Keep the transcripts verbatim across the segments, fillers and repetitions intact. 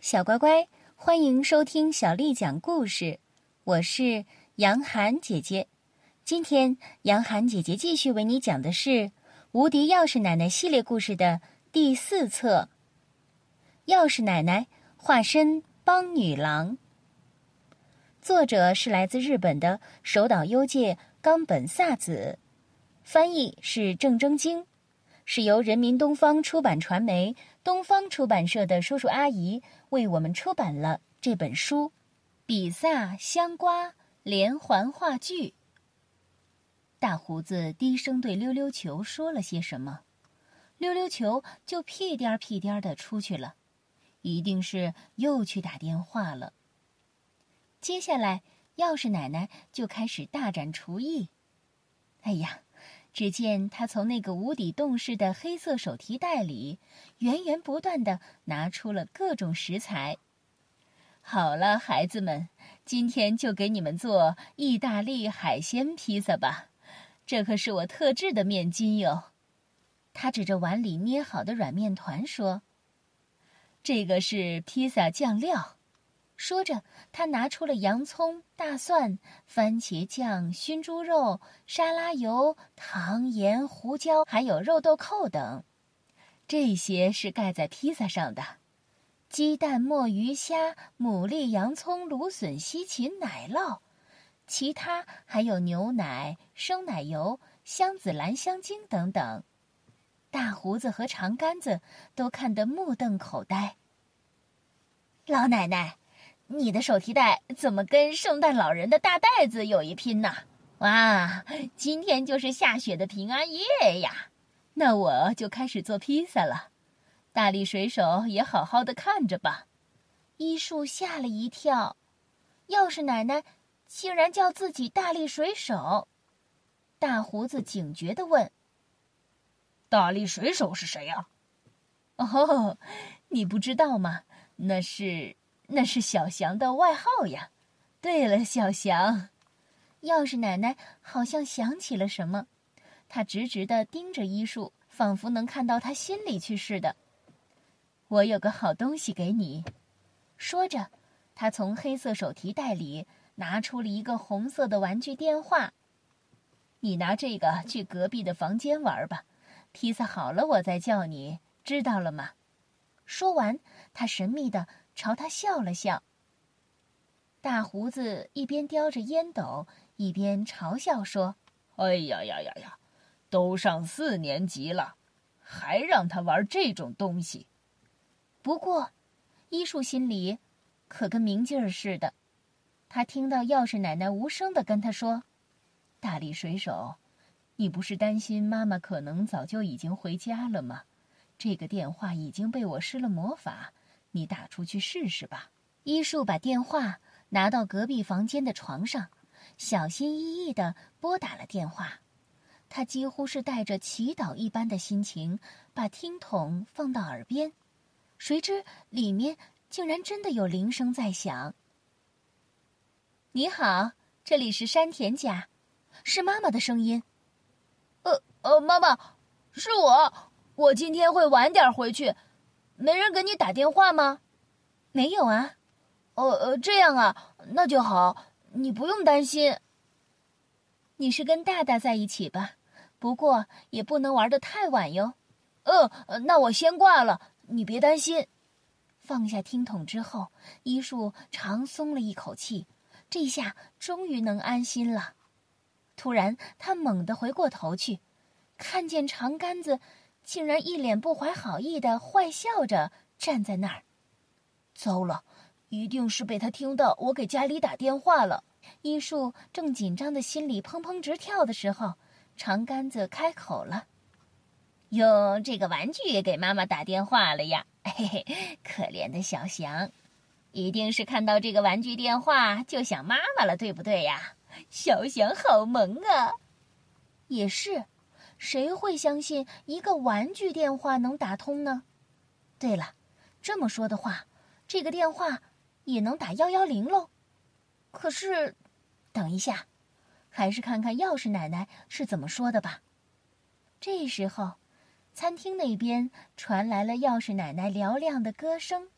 小乖乖，欢迎收听小丽讲故事，我是杨涵姐姐。今天杨涵姐姐继续为你讲的是《无敌钥匙奶奶》系列故事的第四册。钥匙奶奶化身帮女郎，作者是来自日本的手岛优介冈本萨子，翻译是郑征京，是由人民东方出版传媒东方出版社的叔叔阿姨为我们出版了这本书。比萨香瓜连环话剧。大胡子低声对溜溜球说了些什么，溜溜球就屁颠儿屁颠儿地出去了，一定是又去打电话了。接下来钥匙奶奶就开始大展厨艺。哎呀，只见他从那个无底洞式的黑色手提袋里源源不断地拿出了各种食材。好了，孩子们，今天就给你们做意大利海鲜披萨吧，这可是我特制的面筋哟。他指着碗里捏好的软面团说：“这个是披萨酱料。”说着，他拿出了洋葱、大蒜、番茄酱、熏猪肉、沙拉油、糖、盐、胡椒，还有肉豆蔻等。这些是盖在披萨上的。鸡蛋、墨鱼、虾、牡蛎、洋葱、芦笋、西芹、奶酪，其他还有牛奶、生奶油、香子兰香精等等。大胡子和长杆子都看得目瞪口呆。老奶奶，你的手提袋怎么跟圣诞老人的大袋子有一拼呢？哇，今天就是下雪的平安夜呀！那我就开始做披萨了。大力水手也好好的看着吧。医树吓了一跳，钥匙奶奶竟然叫自己大力水手。大胡子警觉地问：“ 大力水手是谁呀？”“ 哦，你不知道吗？那是那是小翔的外号呀。对了，小翔。”钥匙奶奶好像想起了什么，她直直地盯着医树，仿佛能看到他心里去似的。“我有个好东西给你。”说着，他从黑色手提袋里拿出了一个红色的玩具电话。“你拿这个去隔壁的房间玩吧，披萨好了我再叫你，知道了吗？”说完，他神秘地朝他笑了笑。大胡子一边叼着烟斗，一边嘲笑说：“ 哎呀呀呀呀，都上四年级了，还让他玩这种东西。” 不过，医树心里可跟明镜儿似的。他听到钥匙奶奶无声地跟他说：“大力水手，你不是担心妈妈可能早就已经回家了吗？这个电话已经被我施了魔法，你打出去试试吧。”医树把电话拿到隔壁房间的床上，小心翼翼地拨打了电话。他几乎是带着祈祷一般的心情，把听筒放到耳边。谁知里面竟然真的有铃声在响。“你好，这里是山田家。”是妈妈的声音。 呃呃，妈妈，是我，我今天会晚点回去。没人给你打电话吗？”“ 没有啊。”“ 呃呃，这样啊，那就好，你不用担心。”“ 你是跟大大在一起吧？不过也不能玩得太晚哟。”“ 嗯，那我先挂了。你别担心。” 放下听筒之后，医树长松了一口气，这下终于能安心了。突然，他猛地回过头去，看见长杆子竟然一脸不怀好意地坏笑着站在那儿。 糟了，一定是被他听到我给家里打电话了。 医树正紧张的心里砰砰直跳的时候，长杆子开口了：“用这个玩具给妈妈打电话了呀，嘿嘿，可怜的小翔，一定是看到这个玩具电话就想妈妈了，对不对呀？小翔好萌啊！”“也是，谁会相信一个玩具电话能打通呢？对了，这么说的话，这个电话也能打一一零喽。可是，等一下，还是看看钥匙奶奶是怎么说的吧。”这时候，餐厅那边传来了钥匙奶奶嘹亮的歌声，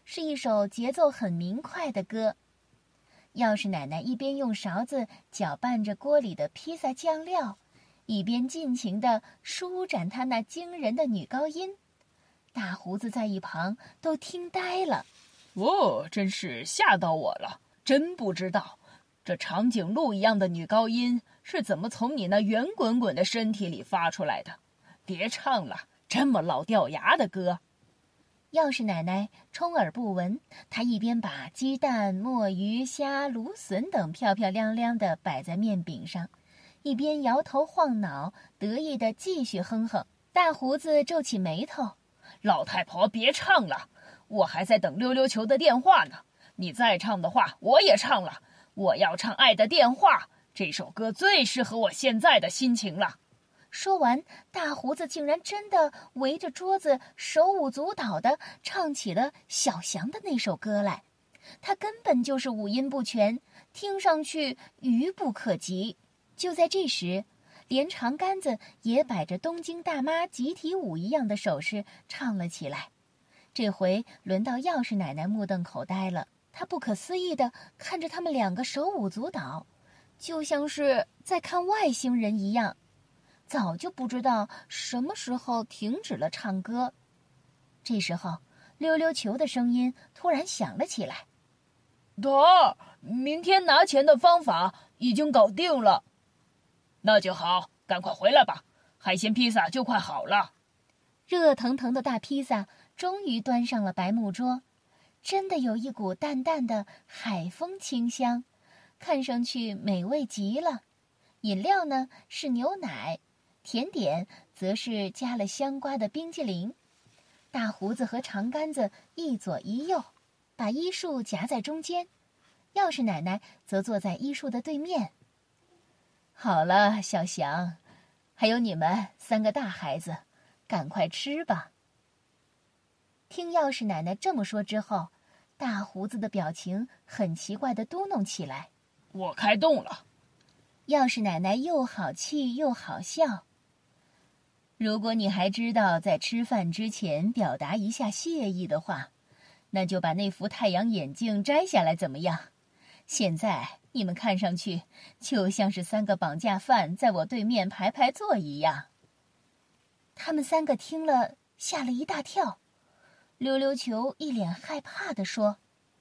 是一首节奏很明快的歌。钥匙奶奶一边用勺子搅拌着锅里的披萨酱料，一边尽情地舒展她那惊人的女高音。大胡子在一旁都听呆了。 哦，真是吓到我了！真不知道，这长颈鹿一样的女高音是怎么从你那圆滚滚的身体里发出来的？别唱了，这么老掉牙的歌。 钥匙奶奶充耳不闻，她一边把鸡蛋、墨鱼、虾、芦笋等漂漂亮亮地摆在面饼上，一边摇头晃脑，得意地继续哼哼。大胡子皱起眉头：“ 老太婆，别唱了，我还在等溜溜球的电话呢。你再唱的话，我也唱了。我要唱《爱的电话》，这首歌最适合我现在的心情了。” 说完，大胡子竟然真的围着桌子手舞足蹈地唱起了小翔的那首歌来。他根本就是五音不全，听上去愚不可及。就在这时，连长杆子也摆着东京大妈集体舞一样的手势唱了起来。这回轮到钥匙奶奶目瞪口呆了，她不可思议地看着他们两个手舞足蹈，就像是在看外星人一样。早就不知道什么时候停止了唱歌。这时候，溜溜球的声音突然响了起来：“ 朵儿，明天拿钱的方法已经搞定了。”那就好，赶快回来吧，海鲜披萨就快好了。 热腾腾的大披萨终于端上了白木桌，真的有一股淡淡的海风清香，看上去美味极了。饮料呢是牛奶，甜点则是加了香瓜的冰激凌。大胡子和长杆子一左一右，把医树夹在中间，钥匙奶奶则坐在医树的对面。好了，小翔，还有你们三个大孩子，赶快吃吧。听钥匙奶奶这么说之后，大胡子的表情很奇怪地嘟哝起来：“ 我开动了。” 钥匙奶奶又好气又好笑。如果你还知道在吃饭之前表达一下谢意的话，那就把那副太阳眼镜摘下来怎么样？现在你们看上去就像是三个绑架犯在我对面排排坐一样。他们三个听了吓了一大跳。溜溜球一脸害怕地说：“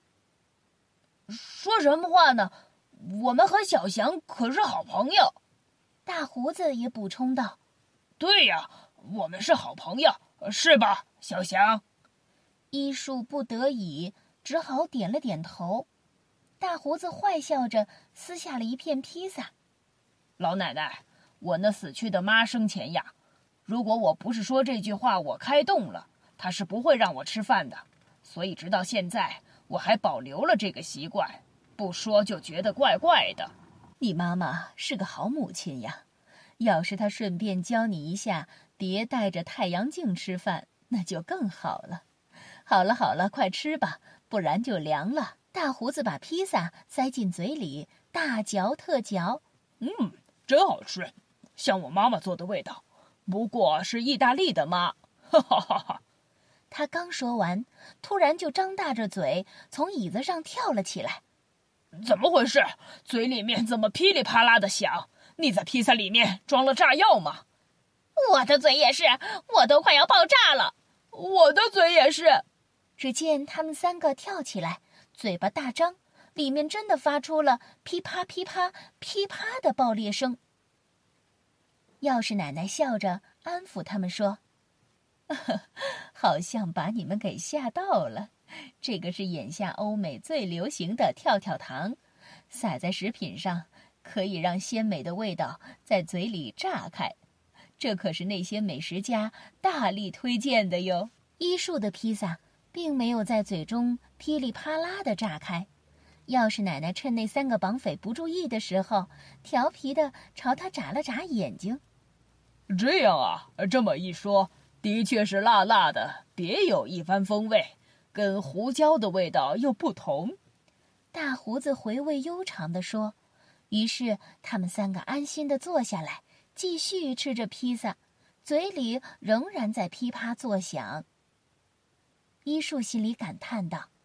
说什么话呢？我们和小翔可是好朋友。” 大胡子也补充道：“ 对呀，我们是好朋友，是吧，小翔？” 医树不得已只好点了点头。大胡子坏笑着撕下了一片披萨。 老奶奶，我那死去的妈生前呀，如果我不是说这句话我开动了，她是不会让我吃饭的，所以直到现在我还保留了这个习惯，不说就觉得怪怪的。 你妈妈是个好母亲呀，要是她顺便教你一下别戴着太阳镜吃饭，那就更好了。好了好了，快吃吧，不然就凉了。大胡子把披萨塞进嘴里，大嚼特嚼。 嗯，真好吃，像我妈妈做的味道，不过是意大利的妈。哈哈哈哈！ 他刚说完，突然就张大着嘴从椅子上跳了起来。 怎么回事？嘴里面怎么噼里啪啦的响？你在披萨里面装了炸药吗？ 我的嘴也是，我都快要爆炸了。 我的嘴也是。 只见他们三个跳起来，嘴巴大张，里面真的发出了噼啪噼啪噼啪的爆裂声。钥匙奶奶笑着安抚他们说：“好像把你们给吓到了。这个是眼下欧美最流行的跳跳糖，撒在食品上，可以让鲜美的味道在嘴里炸开。这可是那些美食家大力推荐的哟。”医树的披萨并没有在嘴中噼里啪啦地炸开。钥匙奶奶趁那三个绑匪不注意的时候，调皮地朝他眨了眨眼睛。 这样啊，这么一说，的确是辣辣的，别有一番风味，跟胡椒的味道又不同。 大胡子回味悠长地说。于是他们三个安心地坐下来，继续吃着披萨，嘴里仍然在噼啪作响。医树心里感叹道：“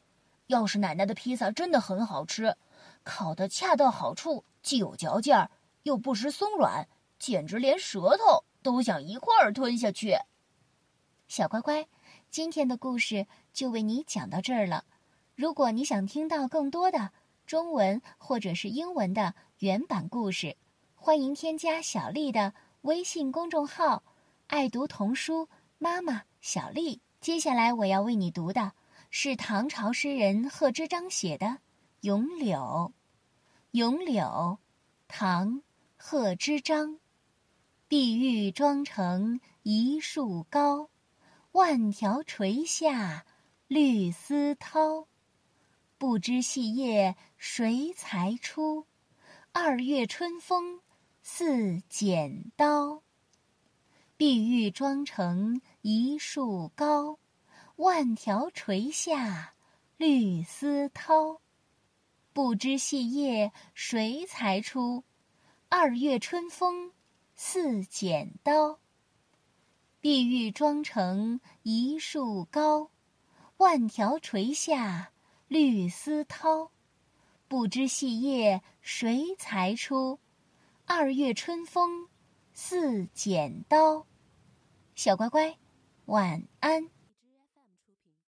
钥匙奶奶的披萨真的很好吃，烤得恰到好处，既有嚼劲儿，又不失松软，简直连舌头都想一块儿吞下去。 小乖乖，今天的故事就为你讲到这儿了。如果你想听到更多的中文或者是英文的原版故事，欢迎添加小丽的微信公众号“爱读童书妈妈小丽”。接下来我要为你读的是唐朝诗人贺知章写的《咏柳》。《咏柳》，唐·贺知章。碧玉妆成一树高，万条垂下绿丝绦。不知细叶谁裁出？二月春风似剪刀。碧玉妆成一树高，万条垂下绿丝绦。不知细叶谁裁出？二月春风似剪刀。碧玉妆成一树高，万条垂下绿丝绦。不知细叶谁裁出？二月春风似剪刀。小乖乖，晚安。